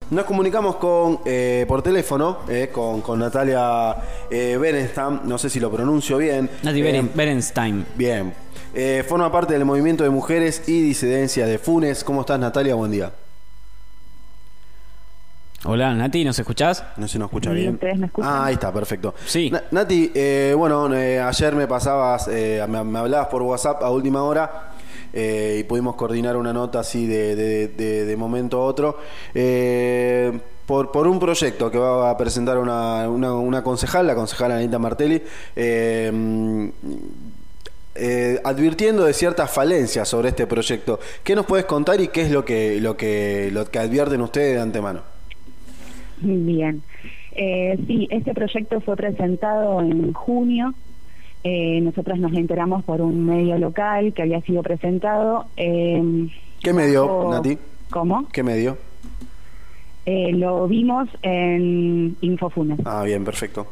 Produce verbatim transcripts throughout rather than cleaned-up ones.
Nos comunicamos con eh, por teléfono eh, con, con Natalia eh, Berenstam, no sé si lo pronuncio bien. Nati eh, Berenstam. Bien. Eh, forma parte del movimiento de mujeres y disidencia de Funes. ¿Cómo estás, Natalia? Buen día. Hola, Nati, ¿nos escuchás? No se nos escucha Sí, bien. ¿ustedes me escuchan? Ah, ahí está, perfecto. Sí. Na- Nati, eh, bueno, eh, ayer me pasabas, eh, me, me hablabas por WhatsApp a última hora. Eh, y pudimos coordinar una nota así de, de, de, de momento a otro eh, por, por un proyecto que va a presentar una, una, una concejal, la concejala Anita Martelli, eh, eh, advirtiendo de ciertas falencias sobre este proyecto. ¿Qué nos puedes contar y qué es lo que, lo que, lo que advierten ustedes de antemano? Bien. Eh, sí, este proyecto fue presentado en junio. Eh, nosotros nos enteramos por un medio local que había sido presentado. Eh, ¿Qué medio, bajo... Nati? ¿Cómo? ¿Qué medio? Eh, lo vimos en Infofunes. Ah, bien, perfecto.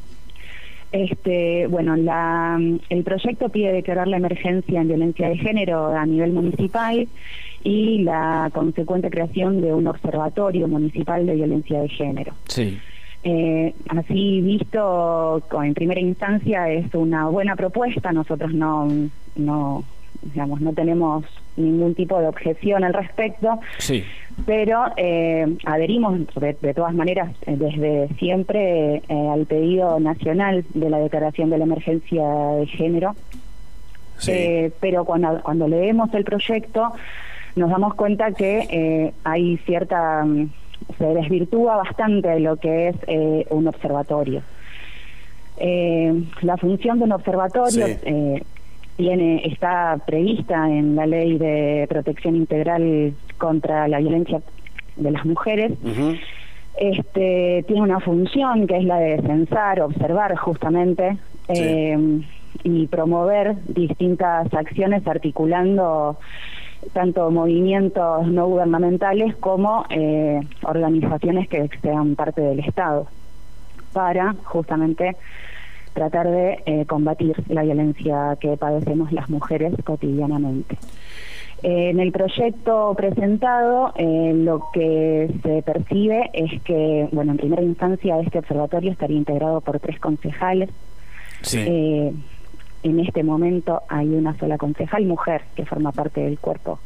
Este, bueno, la, el proyecto pide declarar la emergencia en violencia de género a nivel municipal y la consecuente creación de un observatorio municipal de violencia de género. Sí. Eh, así visto, en primera instancia es una buena propuesta. Nosotros no, no, digamos, no tenemos ningún tipo de objeción al respecto. Sí. Pero eh, adherimos de, de todas maneras eh, desde siempre eh, al pedido nacional de la declaración de la emergencia de género. Sí. Eh, pero cuando, cuando leemos el proyecto nos damos cuenta que eh, hay cierta... se desvirtúa bastante lo que es eh, un observatorio. Eh, la función de un observatorio Sí. eh, tiene está prevista en la Ley de Protección Integral contra la Violencia de las Mujeres. Uh-huh. Este tiene una función que es la de censar, observar justamente Sí. eh, y promover distintas acciones articulando tanto movimientos no gubernamentales como eh, organizaciones que sean parte del Estado, para justamente tratar de eh, combatir la violencia que padecemos las mujeres cotidianamente. Eh, en el proyecto presentado, eh, lo que se percibe es que, bueno, en primera instancia este observatorio estaría integrado por tres concejales. Sí. Eh, En este momento hay una sola concejal mujer que forma parte del cuerpo.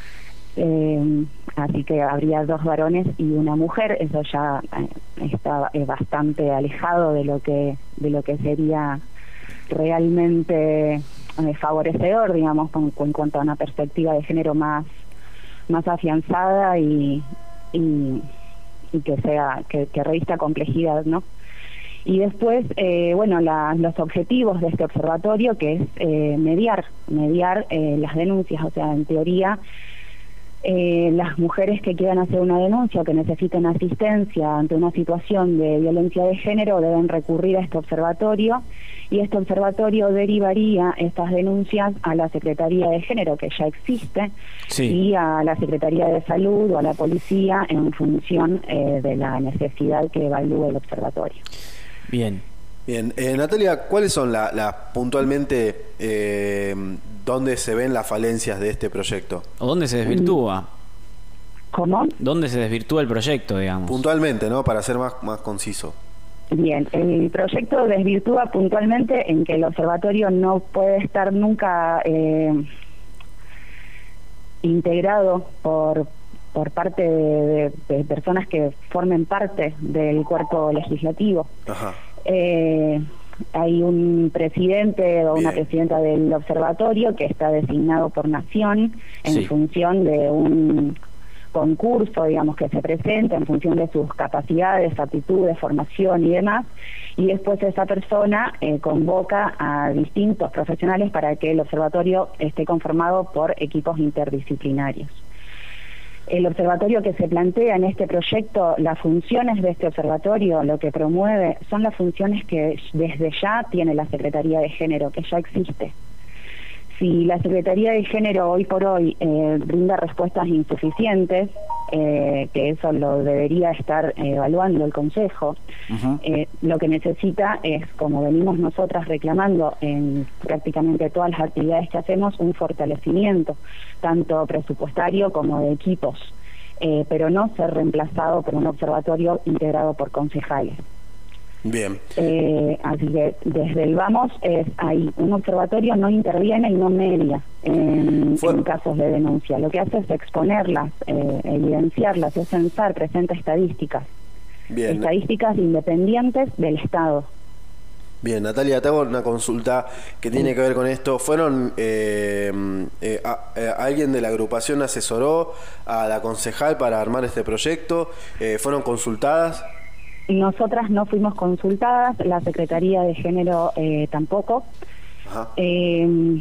Eh, así que habría dos varones y una mujer. Eso ya eh, está eh, bastante alejado de lo que de lo que sería realmente eh, favorecedor, digamos, con, con, en cuanto a una perspectiva de género más más afianzada y, y, y que sea que, que revista complejidad, ¿no? Y después, eh, bueno, la, los objetivos de este observatorio, que es eh, mediar, mediar eh, las denuncias. O sea, en teoría, eh, las mujeres que quieran hacer una denuncia o que necesiten asistencia ante una situación de violencia de género deben recurrir a este observatorio, y este observatorio derivaría estas denuncias a la Secretaría de Género, que ya existe, Sí. y a la Secretaría de Salud o a la Policía en función eh, de la necesidad que evalúe el observatorio. Bien. Bien, eh, Natalia, ¿cuáles son las la, puntualmente eh, dónde se ven las falencias de este proyecto? ¿O dónde se desvirtúa? ¿Cómo? ¿Dónde se desvirtúa el proyecto, digamos? Puntualmente, ¿no? Para ser más, más conciso. Bien, el proyecto desvirtúa puntualmente en que el observatorio no puede estar nunca eh, integrado por por parte de, de personas que formen parte del cuerpo legislativo. Ajá. Eh, hay un presidente o una Bien. presidenta del observatorio que está designado por nación en Sí. función de un concurso, digamos, que se presenta en función de sus capacidades, aptitudes, formación y demás, y después esa persona eh, convoca a distintos profesionales para que el observatorio esté conformado por equipos interdisciplinarios. El observatorio que se plantea en este proyecto, las funciones de este observatorio, lo que promueve, son las funciones que desde ya tiene la Secretaría de Género, que ya existe. Si la Secretaría de Género hoy por hoy eh, brinda respuestas insuficientes, eh, que eso lo debería estar eh, evaluando el Consejo, Uh-huh. eh, lo que necesita es, como venimos nosotras reclamando en prácticamente todas las actividades que hacemos, un fortalecimiento, tanto presupuestario como de equipos. eh, pero no ser reemplazado por un observatorio integrado por concejales. Bien. Eh, así que desde el Vamos es ahí, un observatorio no interviene y no media en, Fue... en casos de denuncia. Lo que hace es exponerlas, eh, evidenciarlas, es censar, presenta estadísticas. Bien. Estadísticas independientes del Estado. Bien, Natalia, te hago una consulta que tiene que ver con esto. ¿Fueron eh, eh, a, eh, alguien de la agrupación asesoró a la concejal para armar este proyecto? Eh, ¿Fueron consultadas? Nosotras no fuimos consultadas, la Secretaría de Género eh, tampoco. Ajá. Eh,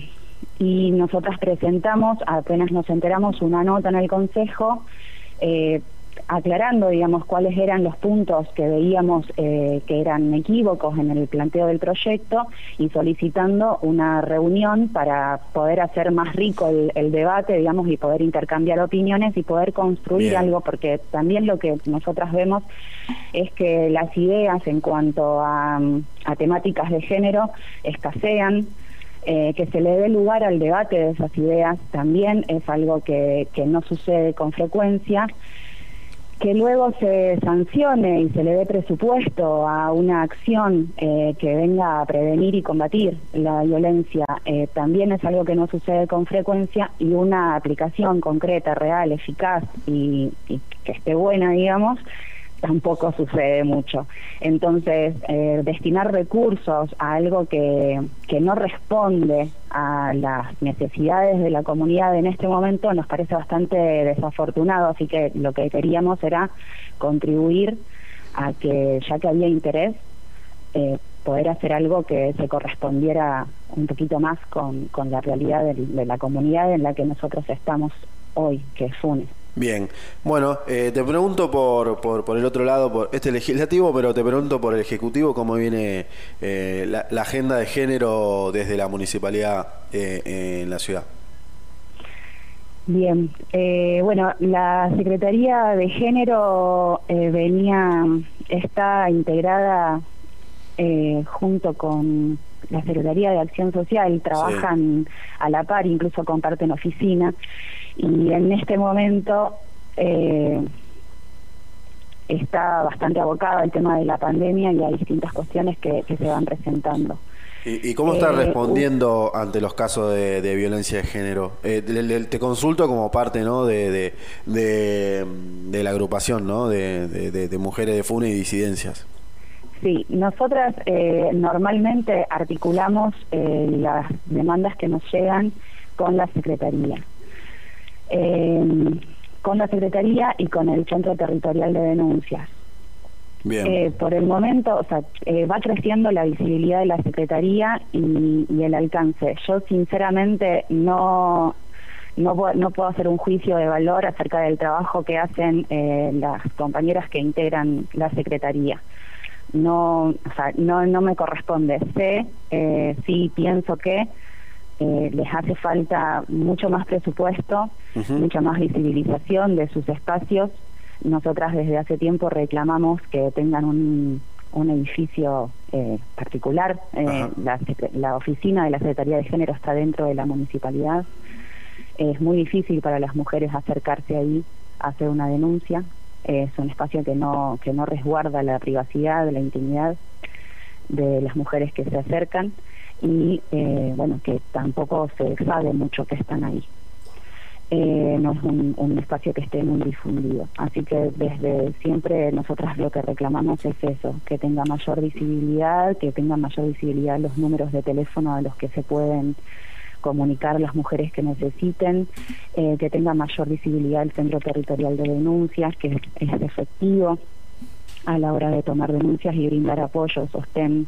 y nosotras presentamos, apenas nos enteramos, una nota en el Consejo eh, aclarando, digamos, cuáles eran los puntos que veíamos eh, que eran equívocos en el planteo del proyecto y solicitando una reunión para poder hacer más rico el, el debate, digamos, y poder intercambiar opiniones y poder construir Bien. algo, porque también lo que nosotras vemos es que las ideas en cuanto a, a temáticas de género escasean. Eh, que se le dé lugar al debate de esas ideas también es algo que, que no sucede con frecuencia. Que luego se sancione y se le dé presupuesto a una acción eh, que venga a prevenir y combatir la violencia eh, también es algo que no sucede con frecuencia, y una aplicación concreta, real, eficaz y, y que esté buena, digamos, tampoco sucede mucho. Entonces, eh, destinar recursos a algo que, que no responde a las necesidades de la comunidad en este momento nos parece bastante desafortunado, así que lo que queríamos era contribuir a que, ya que había interés, eh, poder hacer algo que se correspondiera un poquito más con, con la realidad de, de la comunidad en la que nosotros estamos hoy, que es Funes. Bien, bueno, eh, te pregunto por, por, por el otro lado, por este legislativo, pero te pregunto por el ejecutivo, cómo viene eh, la, la agenda de género desde la municipalidad eh, en la ciudad. Bien, eh, bueno, la Secretaría de Género eh, venía, está integrada eh, junto con la Secretaría de Acción Social, trabajan sí. a la par, incluso comparten oficina, y en este momento eh, está bastante abocado al tema de la pandemia y a distintas cuestiones que, que se van presentando. ¿Y, y cómo está eh, respondiendo uh, ante los casos de, de violencia de género? Eh, le, le, te consulto como parte, ¿no?, de, de, de, de la agrupación, ¿no?, de, de, de mujeres de Funes y disidencias. Sí, nosotras eh, normalmente articulamos eh, las demandas que nos llegan con la Secretaría. Eh, con la Secretaría y con el Centro Territorial de Denuncias. Bien. Eh, por el momento, o sea, eh, va creciendo la visibilidad de la Secretaría y, y el alcance. Yo sinceramente no, no, no puedo hacer un juicio de valor acerca del trabajo que hacen eh, las compañeras que integran la Secretaría. No, o sea, no, no me corresponde. Sé, eh, sí pienso que Eh, les hace falta mucho más presupuesto, uh-huh. mucha más visibilización de sus espacios. Nosotras desde hace tiempo reclamamos que tengan un, un edificio eh, particular. Eh, uh-huh. la, la oficina de la Secretaría de Género está dentro de la municipalidad. Es muy difícil para las mujeres acercarse ahí a hacer una denuncia. Es un espacio que no, que no resguarda la privacidad, la intimidad de las mujeres que se acercan. Y eh, bueno, que tampoco se sabe mucho que están ahí. Eh, no es un, un espacio que esté muy difundido. Así que desde siempre nosotras lo que reclamamos es eso, que tenga mayor visibilidad, que tenga mayor visibilidad los números de teléfono a los que se pueden comunicar las mujeres que necesiten, eh, que tenga mayor visibilidad el Centro Territorial de Denuncias, que es, es efectivo a la hora de tomar denuncias y brindar apoyo, sostén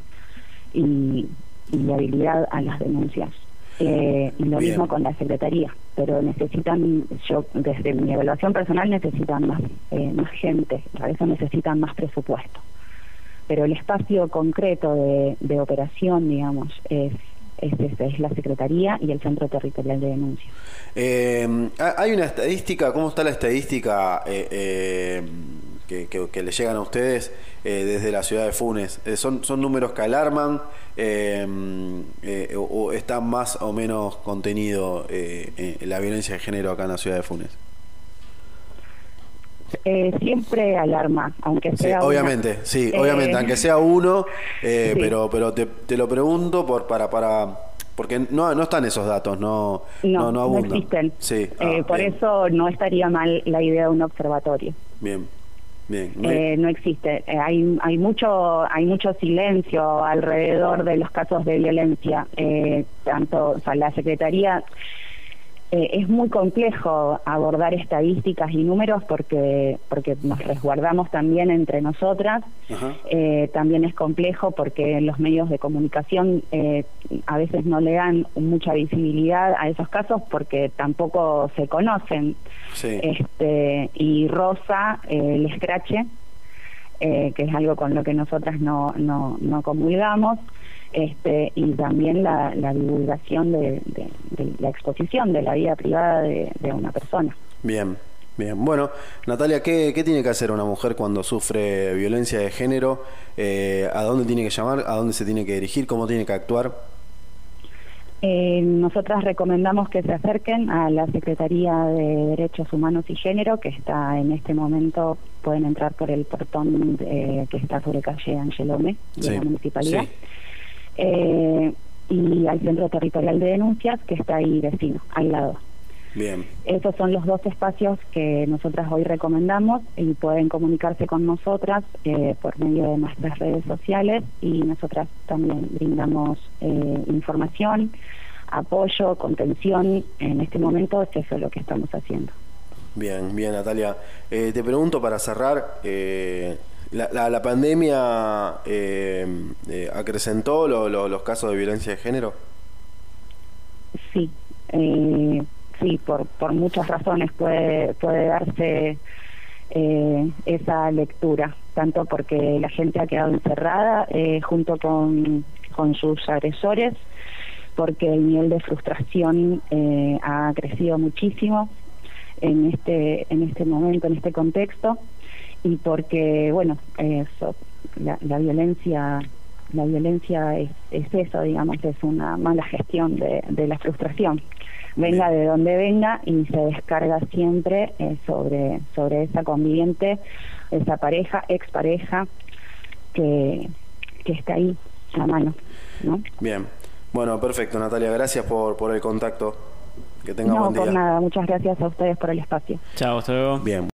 y y habilidad a las denuncias. Eh, y lo Bien. mismo con la Secretaría, pero necesitan, yo desde mi evaluación personal necesitan más, eh, más gente, a veces necesitan más presupuesto. Pero el espacio concreto de, de operación, digamos, es, es, es, es la Secretaría y el Centro Territorial de Denuncia. Eh, hay una estadística, ¿cómo está la estadística eh, eh, que, que, que le llegan a ustedes eh, desde la ciudad de Funes? Eh, ¿son, ¿Son números que alarman eh, eh, o, o está más o menos contenido eh, eh, la violencia de género acá en la ciudad de Funes? Eh, siempre alarma, aunque Sí, sea obviamente, una. sí, Eh, obviamente, aunque sea uno, eh, sí. pero pero te, te lo pregunto por para para porque no no están esos datos, no No, no, no no abundan. existen. Sí, Eh, ah, por bien, eso no estaría mal la idea de un observatorio. bien, bien. No hay- Eh, no existe. Eh, hay hay mucho hay mucho silencio alrededor de los casos de violencia. Eh, tanto, o sea, la Secretaría eh, es muy complejo abordar estadísticas y números porque porque nos resguardamos también entre nosotras. Ajá. Eh, también es complejo porque los medios de comunicación eh, a veces no le dan mucha visibilidad a esos casos porque tampoco se conocen. Sí. Este, y Rosa, eh, el escrache, eh, que es algo con lo que nosotras no, no, no comulgamos, este, y también la, la divulgación de, de, de la exposición de la vida privada de, de una persona. Bien, bien. Bueno, Natalia, ¿qué, qué tiene que hacer una mujer cuando sufre violencia de género? Eh, ¿a dónde tiene que llamar? ¿A dónde se tiene que dirigir? ¿Cómo tiene que actuar? Eh, nosotras recomendamos que se acerquen a la Secretaría de Derechos Humanos y Género, que está en este momento, pueden entrar por el portón eh, que está sobre calle Angelome de Sí, la municipalidad. sí. Eh, y al Centro Territorial de Denuncias, que está ahí vecino, al lado. Bien, Esos son los dos espacios que nosotras hoy recomendamos y pueden comunicarse con nosotras eh, por medio de nuestras redes sociales y nosotras también brindamos eh, información, apoyo, contención. En este momento es eso lo que estamos haciendo. bien, bien, Natalia. Eh, te pregunto para cerrar, eh, la, la, la pandemia eh, eh, acrecentó lo- lo- los casos de violencia de género. Sí, eh, sí, por, por muchas razones puede, puede darse eh, esa lectura, tanto porque la gente ha quedado encerrada eh, junto con, con sus agresores, porque el nivel de frustración eh, ha crecido muchísimo en este, en este momento, en este contexto, y porque, bueno, eso, la, la violencia... La violencia es, es eso, digamos, es una mala gestión de, de la frustración. Venga de donde venga y se descarga siempre eh, sobre, sobre esa conviviente, esa pareja, expareja, que, que está ahí a mano, ¿no? Bien. Bueno, perfecto, Natalia. Gracias por, por el contacto. Que tenga No, buen día. por nada. Muchas gracias a ustedes por el espacio. Chao, hasta luego. Bien.